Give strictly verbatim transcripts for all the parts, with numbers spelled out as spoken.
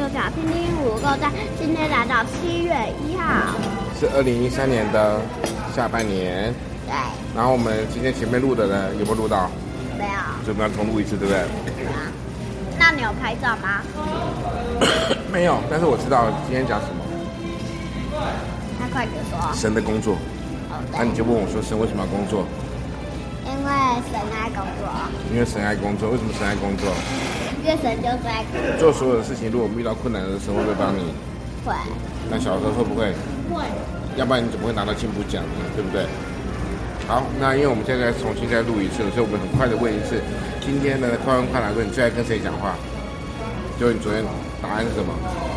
小听听五购站，今天来到七月一号， 是二零一三年的下半年。 对。 然后我们今天前面录的呢，有没有录到？ 没有。 所以我们要重录一次，对不对？ 对啊。那你有拍照吗？ 没有，但是我知道今天讲什么。 那快点说。 神的工作。 哦，对。 那你就问我说，神为什么要工作？ 因为神爱工作。 因为神爱工作。为什么神爱工作？ 因为神就是爱工作。 做所有的事情，如果我们遇到困难的时候，会不会帮你？ 会。 那小时候会不会？ 会。 要不然你怎么会拿到进步奖呢？对不对？好，那因为我们现在重新再录一次，所以我们很快的问一次，今天的快问快答说你最爱跟谁讲话？就你昨天答案是什么？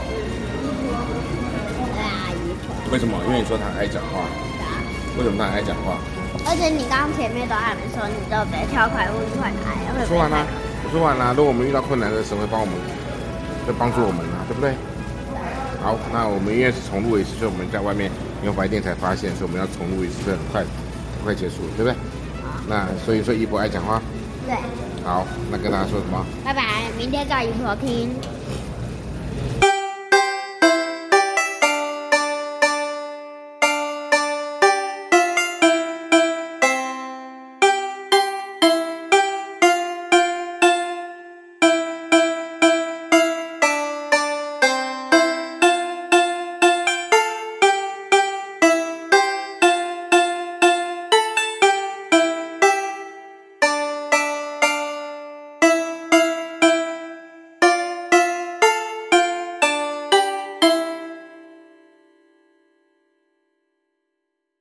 对阿姨。 为什么？因为你说他爱讲话。 对啊。 为什么他爱讲话？ 而且你刚刚前面都还没说，你就别跳快问快答，会说完啦，我说完啦。如果我们遇到困难的时候，会帮我们，会帮助我们啊，对不对？好，那我们因为是重录一次，所以我们在外面用白电才发现，所以我们要重录一次，很快，很快结束，对不对？那所以说一博爱讲话。 对。 好，那跟大家说什么？ 拜拜，明天叫姨婆听。